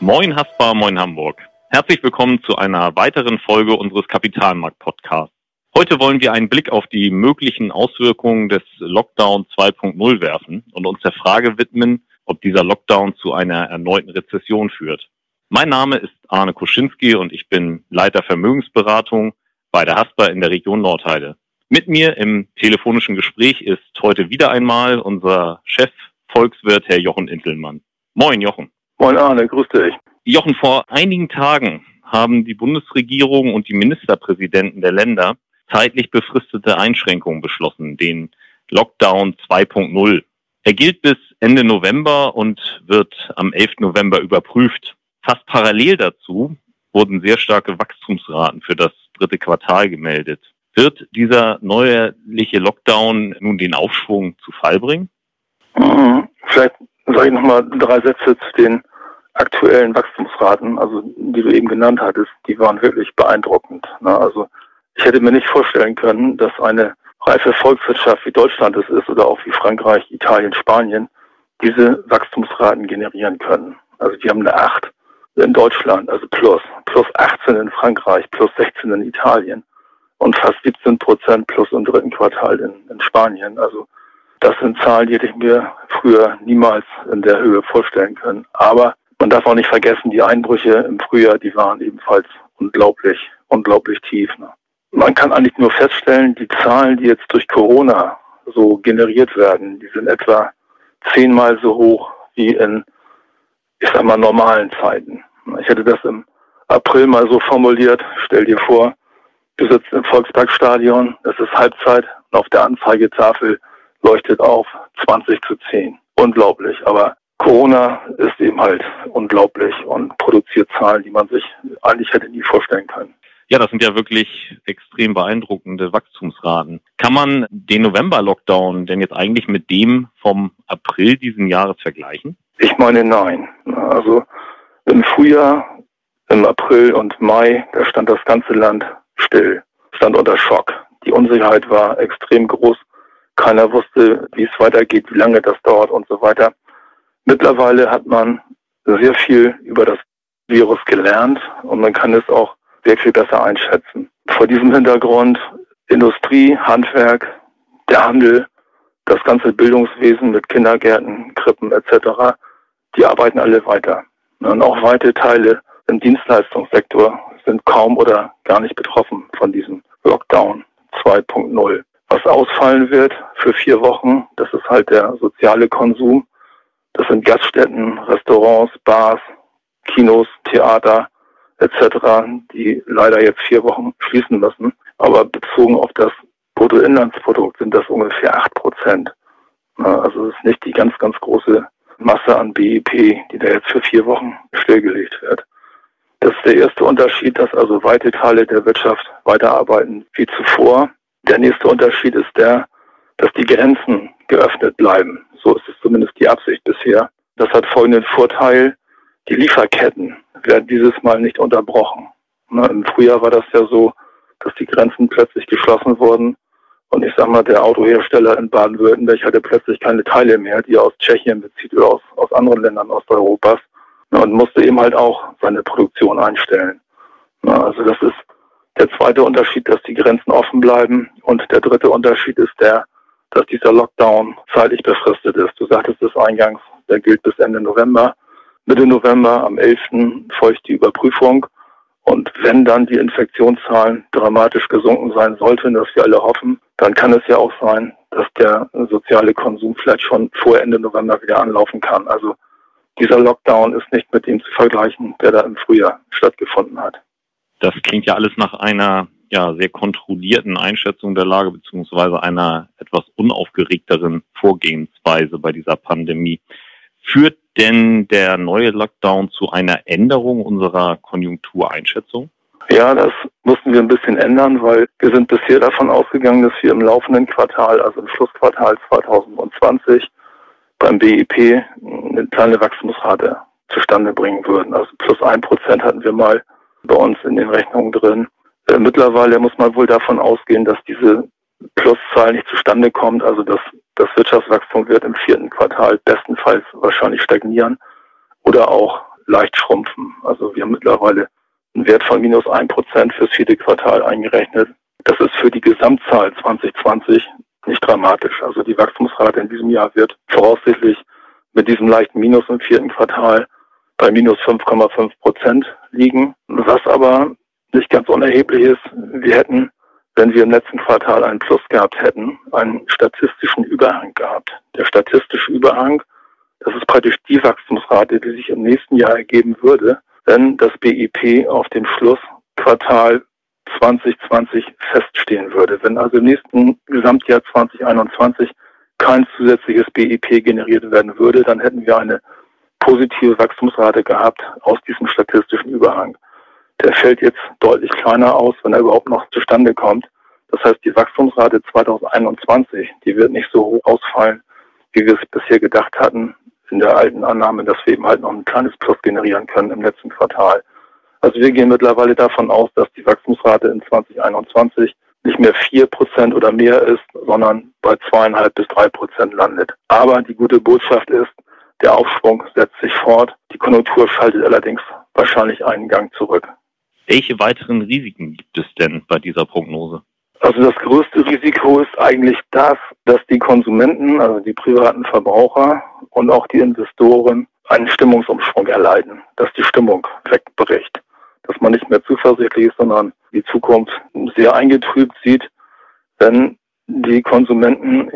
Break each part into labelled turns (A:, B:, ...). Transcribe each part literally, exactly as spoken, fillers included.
A: Moin Haspa, moin Hamburg. Herzlich willkommen zu einer weiteren Folge unseres Kapitalmarkt-Podcasts. Heute wollen wir einen Blick auf die möglichen Auswirkungen des Lockdown zwei Punkt null werfen und uns der Frage widmen, ob dieser Lockdown zu einer erneuten Rezession führt. Mein Name ist Arne Kuschinski und ich bin Leiter Vermögensberatung bei der Haspa in der Region Nordheide. Mit mir im telefonischen Gespräch ist heute wieder einmal unser Chef Volkswirt, Herr Jochen Intelmann. Moin Jochen.
B: Moin Arne, grüß dich.
A: Jochen, vor einigen Tagen haben die Bundesregierung und die Ministerpräsidenten der Länder zeitlich befristete Einschränkungen beschlossen, den Lockdown zwei Punkt null. Er gilt bis Ende November und wird am elften November überprüft. Fast parallel dazu wurden sehr starke Wachstumsraten für das dritte Quartal gemeldet. Wird dieser neuerliche Lockdown nun den Aufschwung zu Fall bringen?
B: Mhm. Vielleicht sage ich nochmal drei Sätze zu den aktuellen Wachstumsraten, also die du eben genannt hattest. Die waren wirklich beeindruckend. Ne? Also ich hätte mir nicht vorstellen können, dass eine reife Volkswirtschaft wie Deutschland es ist oder auch wie Frankreich, Italien, Spanien diese Wachstumsraten generieren können. Also die haben eine acht in Deutschland, also plus, plus achtzehn in Frankreich, plus sechzehn in Italien und fast siebzehn Prozent plus im dritten Quartal in, in Spanien. Also das sind Zahlen, die hätte ich mir früher niemals in der Höhe vorstellen können. Aber man darf auch nicht vergessen, die Einbrüche im Frühjahr, die waren ebenfalls unglaublich, unglaublich tief. Ne? Man kann eigentlich nur feststellen, die Zahlen, die jetzt durch Corona so generiert werden, die sind etwa zehnmal so hoch wie in, ich sag mal, normalen Zeiten. Ich hätte das im April mal so formuliert. Stell dir vor, du sitzt im Volksparkstadion, es ist Halbzeit und auf der Anzeigetafel leuchtet auf zwanzig zu zehn. Unglaublich, aber Corona ist eben halt unglaublich und produziert Zahlen, die man sich eigentlich hätte nie vorstellen können.
A: Ja, das sind ja wirklich extrem beeindruckende Wachstumsraten. Kann man den November-Lockdown denn jetzt eigentlich mit dem vom April diesen Jahres vergleichen?
B: Ich meine, nein. Also im Frühjahr, im April und Mai, da stand das ganze Land still, stand unter Schock. Die Unsicherheit war extrem groß. Keiner wusste, wie es weitergeht, wie lange das dauert und so weiter. Mittlerweile hat man sehr viel über das Virus gelernt und man kann es auch sehr viel besser einschätzen. Vor diesem Hintergrund Industrie, Handwerk, der Handel, das ganze Bildungswesen mit Kindergärten, Krippen et cetera, die arbeiten alle weiter. Und auch weite Teile im Dienstleistungssektor sind kaum oder gar nicht betroffen von diesem Lockdown zwei Punkt null. Was ausfallen wird für vier Wochen, das ist halt der soziale Konsum. Das sind Gaststätten, Restaurants, Bars, Kinos, Theater et cetera, die leider jetzt vier Wochen schließen müssen. Aber bezogen auf das Bruttoinlandsprodukt sind das ungefähr acht Prozent. Also es ist nicht die ganz, ganz große Masse an B I P, die da jetzt für vier Wochen stillgelegt wird. Das ist der erste Unterschied, dass also weite Teile der Wirtschaft weiterarbeiten wie zuvor. Der nächste Unterschied ist der, dass die Grenzen geöffnet bleiben. So ist es zumindest die Absicht bisher. Das hat folgenden Vorteil: Die Lieferketten werden dieses Mal nicht unterbrochen. Im Frühjahr war das ja so, dass die Grenzen plötzlich geschlossen wurden und ich sag mal, der Autohersteller in Baden-Württemberg hatte plötzlich keine Teile mehr, die er aus Tschechien bezieht oder aus, aus anderen Ländern Osteuropas und musste eben halt auch seine Produktion einstellen. Also das ist der zweite Unterschied, dass die Grenzen offen bleiben. Und der dritte Unterschied ist der, dass dieser Lockdown zeitlich befristet ist. Du sagtest es eingangs, der gilt bis Ende November. Mitte November, am elften folgt die Überprüfung. Und wenn dann die Infektionszahlen dramatisch gesunken sein sollten, dass wir alle hoffen, dann kann es ja auch sein, dass der soziale Konsum vielleicht schon vor Ende November wieder anlaufen kann. Also dieser Lockdown ist nicht mit dem zu vergleichen, der da im Frühjahr stattgefunden hat.
A: Das klingt ja alles nach einer ja sehr kontrollierten Einschätzung der Lage beziehungsweise einer etwas unaufgeregteren Vorgehensweise bei dieser Pandemie. Führt denn der neue Lockdown zu einer Änderung unserer Konjunktureinschätzung?
B: Ja, das mussten wir ein bisschen ändern, weil wir sind bisher davon ausgegangen, dass wir im laufenden Quartal, also im Schlussquartal zwanzig zwanzig, beim B I P eine kleine Wachstumsrate zustande bringen würden. Also plus ein Prozent hatten wir mal bei uns in den Rechnungen drin. Äh, mittlerweile muss man wohl davon ausgehen, dass diese Pluszahl nicht zustande kommt. Also dass das Wirtschaftswachstum wird im vierten Quartal bestenfalls wahrscheinlich stagnieren oder auch leicht schrumpfen. Also wir haben mittlerweile einen Wert von minus ein Prozent fürs vierte Quartal eingerechnet. Das ist für die Gesamtzahl zwanzig zwanzig nicht dramatisch. Also die Wachstumsrate in diesem Jahr wird voraussichtlich mit diesem leichten Minus im vierten Quartal bei minus fünf Komma fünf Prozent liegen. Was aber nicht ganz unerheblich ist, wir hätten, wenn wir im letzten Quartal einen Plus gehabt hätten, einen statistischen Überhang gehabt. Der statistische Überhang, das ist praktisch die Wachstumsrate, die sich im nächsten Jahr ergeben würde, wenn das B I P auf dem Schlussquartal zwanzig zwanzig feststehen würde. Wenn also im nächsten Gesamtjahr zwanzig einundzwanzig kein zusätzliches B I P generiert werden würde, dann hätten wir eine positive Wachstumsrate gehabt aus diesem statistischen Überhang. Der fällt jetzt deutlich kleiner aus, wenn er überhaupt noch zustande kommt. Das heißt, die Wachstumsrate zwanzig einundzwanzig, die wird nicht so hoch ausfallen, wie wir es bisher gedacht hatten, in der alten Annahme, dass wir eben halt noch ein kleines Plus generieren können im letzten Quartal. Also wir gehen mittlerweile davon aus, dass die Wachstumsrate in zwanzig einundzwanzig nicht mehr vier Prozent oder mehr ist, sondern bei zwei Komma fünf bis drei Prozent landet. Aber die gute Botschaft ist, der Aufschwung setzt sich fort. Die Konjunktur schaltet allerdings wahrscheinlich einen Gang zurück.
A: Welche weiteren Risiken gibt es denn bei dieser Prognose?
B: Also das größte Risiko ist eigentlich das, dass die Konsumenten, also die privaten Verbraucher und auch die Investoren einen Stimmungsumschwung erleiden, dass die Stimmung wegbricht, dass man nicht mehr zuversichtlich ist, sondern die Zukunft sehr eingetrübt sieht, wenn die Konsumenten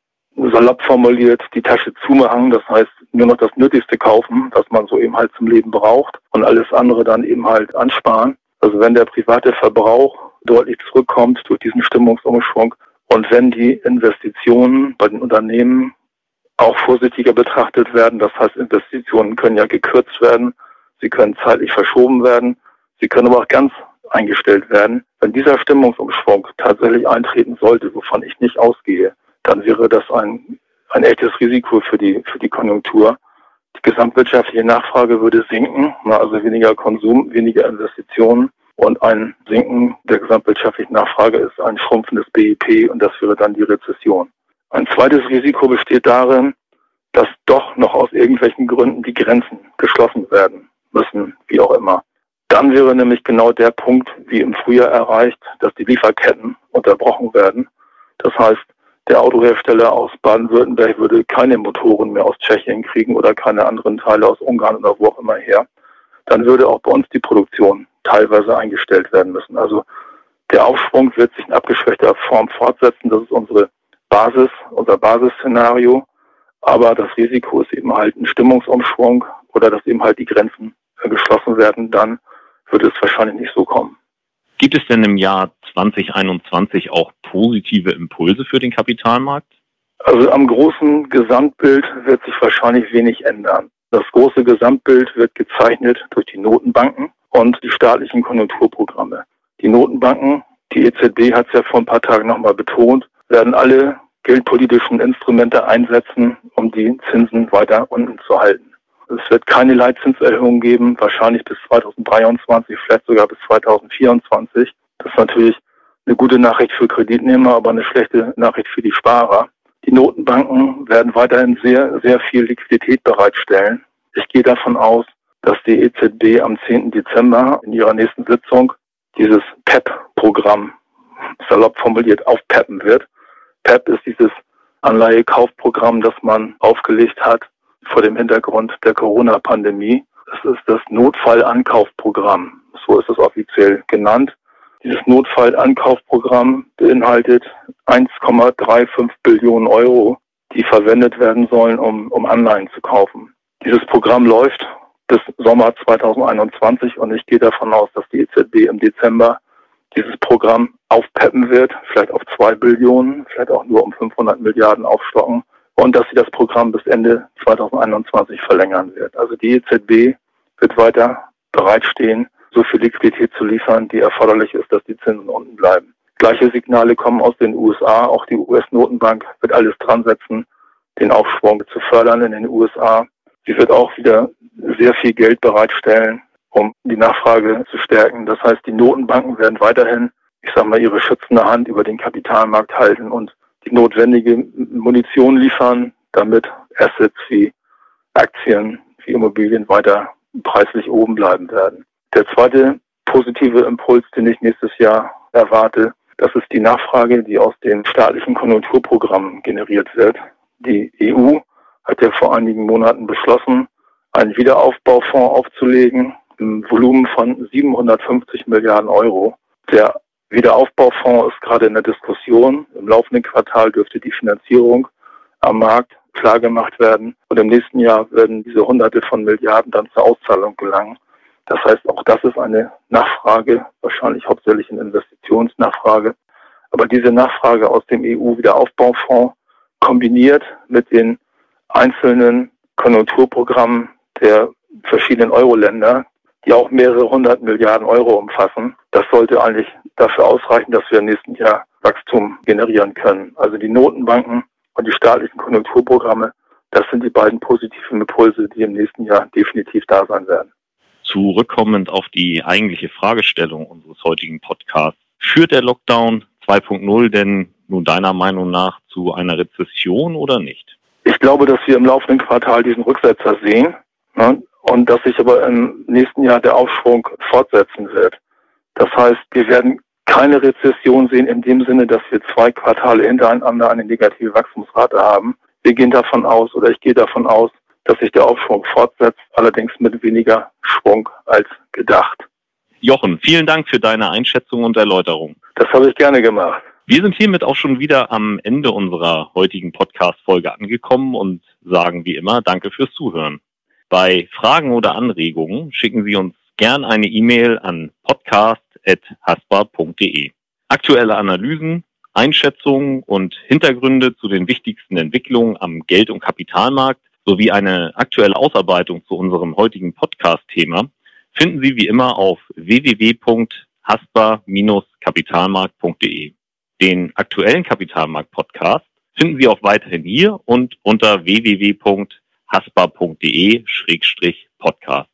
B: salopp formuliert die Tasche zumachen, das heißt nur noch das Nötigste kaufen, was man so eben halt zum Leben braucht und alles andere dann eben halt ansparen. Also wenn der private Verbrauch deutlich zurückkommt durch diesen Stimmungsumschwung und wenn die Investitionen bei den Unternehmen auch vorsichtiger betrachtet werden, das heißt Investitionen können ja gekürzt werden, sie können zeitlich verschoben werden, sie können aber auch ganz eingestellt werden. Wenn dieser Stimmungsumschwung tatsächlich eintreten sollte, wovon ich nicht ausgehe, dann wäre das ein, ein echtes Risiko für die, für die Konjunktur. Die gesamtwirtschaftliche Nachfrage würde sinken, also weniger Konsum, weniger Investitionen und ein Sinken der gesamtwirtschaftlichen Nachfrage ist ein schrumpfendes B I P und das wäre dann die Rezession. Ein zweites Risiko besteht darin, dass doch noch aus irgendwelchen Gründen die Grenzen geschlossen werden müssen, wie auch immer. Dann wäre nämlich genau der Punkt, wie im Frühjahr erreicht, dass die Lieferketten unterbrochen werden. Das heißt, der Autohersteller aus Baden-Württemberg würde keine Motoren mehr aus Tschechien kriegen oder keine anderen Teile aus Ungarn oder wo auch immer her. Dann würde auch bei uns die Produktion teilweise eingestellt werden müssen. Also der Aufschwung wird sich in abgeschwächter Form fortsetzen. Das ist unsere Basis, unser Basisszenario. Aber das Risiko ist eben halt ein Stimmungsumschwung oder dass eben halt die Grenzen geschlossen werden. Dann würde es wahrscheinlich nicht so kommen.
A: Gibt es denn im Jahr zwanzig einundzwanzig auch positive Impulse für den Kapitalmarkt?
B: Also am großen Gesamtbild wird sich wahrscheinlich wenig ändern. Das große Gesamtbild wird gezeichnet durch die Notenbanken und die staatlichen Konjunkturprogramme. Die Notenbanken, die E Z B hat es ja vor ein paar Tagen nochmal betont, werden alle geldpolitischen Instrumente einsetzen, um die Zinsen weiter unten zu halten. Es wird keine Leitzinserhöhung geben, wahrscheinlich bis zweitausenddreiundzwanzig, vielleicht sogar bis zweitausendvierundzwanzig. Das ist natürlich eine gute Nachricht für Kreditnehmer, aber eine schlechte Nachricht für die Sparer. Die Notenbanken werden weiterhin sehr, sehr viel Liquidität bereitstellen. Ich gehe davon aus, dass die E Z B am zehnten Dezember in ihrer nächsten Sitzung dieses P E P-Programm, salopp formuliert, aufpeppen wird. P E P ist dieses Anleihekaufprogramm, das man aufgelegt hat vor dem Hintergrund der Corona-Pandemie. Es ist das Notfallankaufprogramm, so ist es offiziell genannt. Dieses Notfallankaufprogramm beinhaltet eins Komma fünfunddreißig Billionen Euro, die verwendet werden sollen, um, um Anleihen zu kaufen. Dieses Programm läuft bis Sommer zweitausendeinundzwanzig und ich gehe davon aus, dass die E Z B im Dezember dieses Programm aufpeppen wird, vielleicht auf zwei Billionen, vielleicht auch nur um fünfhundert Milliarden aufstocken und dass sie das Programm bis Ende zweitausendeinundzwanzig verlängern wird. Also die E Z B wird weiter bereitstehen, so viel Liquidität zu liefern, die erforderlich ist, dass die Zinsen unten bleiben. Gleiche Signale kommen aus den U S A, auch die U S-Notenbank wird alles dran setzen, den Aufschwung zu fördern in den U S A. Sie wird auch wieder sehr viel Geld bereitstellen, um die Nachfrage zu stärken. Das heißt, die Notenbanken werden weiterhin, ich sage mal, ihre schützende Hand über den Kapitalmarkt halten und die notwendige Munition liefern, damit Assets wie Aktien, wie Immobilien weiter preislich oben bleiben werden. Der zweite positive Impuls, den ich nächstes Jahr erwarte, das ist die Nachfrage, die aus den staatlichen Konjunkturprogrammen generiert wird. Die E U hat ja vor einigen Monaten beschlossen, einen Wiederaufbaufonds aufzulegen im Volumen von siebenhundertfünfzig Milliarden Euro. Der Wiederaufbaufonds ist gerade in der Diskussion. Im laufenden Quartal dürfte die Finanzierung am Markt klargemacht werden. Und im nächsten Jahr werden diese Hunderte von Milliarden dann zur Auszahlung gelangen. Das heißt, auch das ist eine Nachfrage, wahrscheinlich hauptsächlich eine Investitionsnachfrage. Aber diese Nachfrage aus dem E U-Wiederaufbaufonds kombiniert mit den einzelnen Konjunkturprogrammen der verschiedenen Euro-Länder, die auch mehrere hundert Milliarden Euro umfassen, das sollte eigentlich dafür ausreichen, dass wir im nächsten Jahr Wachstum generieren können. Also die Notenbanken und die staatlichen Konjunkturprogramme, das sind die beiden positiven Impulse, die im nächsten Jahr definitiv da sein werden.
A: Zurückkommend auf die eigentliche Fragestellung unseres heutigen Podcasts, führt der Lockdown zwei Punkt null denn nun deiner Meinung nach zu einer Rezession oder nicht?
B: Ich glaube, dass wir im laufenden Quartal diesen Rücksetzer sehen, ne, und dass sich aber im nächsten Jahr der Aufschwung fortsetzen wird. Das heißt, wir werden keine Rezession sehen in dem Sinne, dass wir zwei Quartale hintereinander eine negative Wachstumsrate haben. Wir gehen davon aus, oder ich gehe davon aus, dass sich der Aufschwung fortsetzt, allerdings mit weniger Schwung als gedacht.
A: Jochen, vielen Dank für deine Einschätzung und Erläuterung.
B: Das habe ich gerne gemacht.
A: Wir sind hiermit auch schon wieder am Ende unserer heutigen Podcast-Folge angekommen und sagen wie immer Danke fürs Zuhören. Bei Fragen oder Anregungen schicken Sie uns gern eine E-Mail an podcast at haspa punkt de. Aktuelle Analysen, Einschätzungen und Hintergründe zu den wichtigsten Entwicklungen am Geld- und Kapitalmarkt sowie eine aktuelle Ausarbeitung zu unserem heutigen Podcast-Thema finden Sie wie immer auf w w w punkt haspa Bindestrich kapitalmarkt punkt de. Den aktuellen Kapitalmarkt-Podcast finden Sie auch weiterhin hier und unter w w w punkt haspa punkt de Schrägstrich Podcast.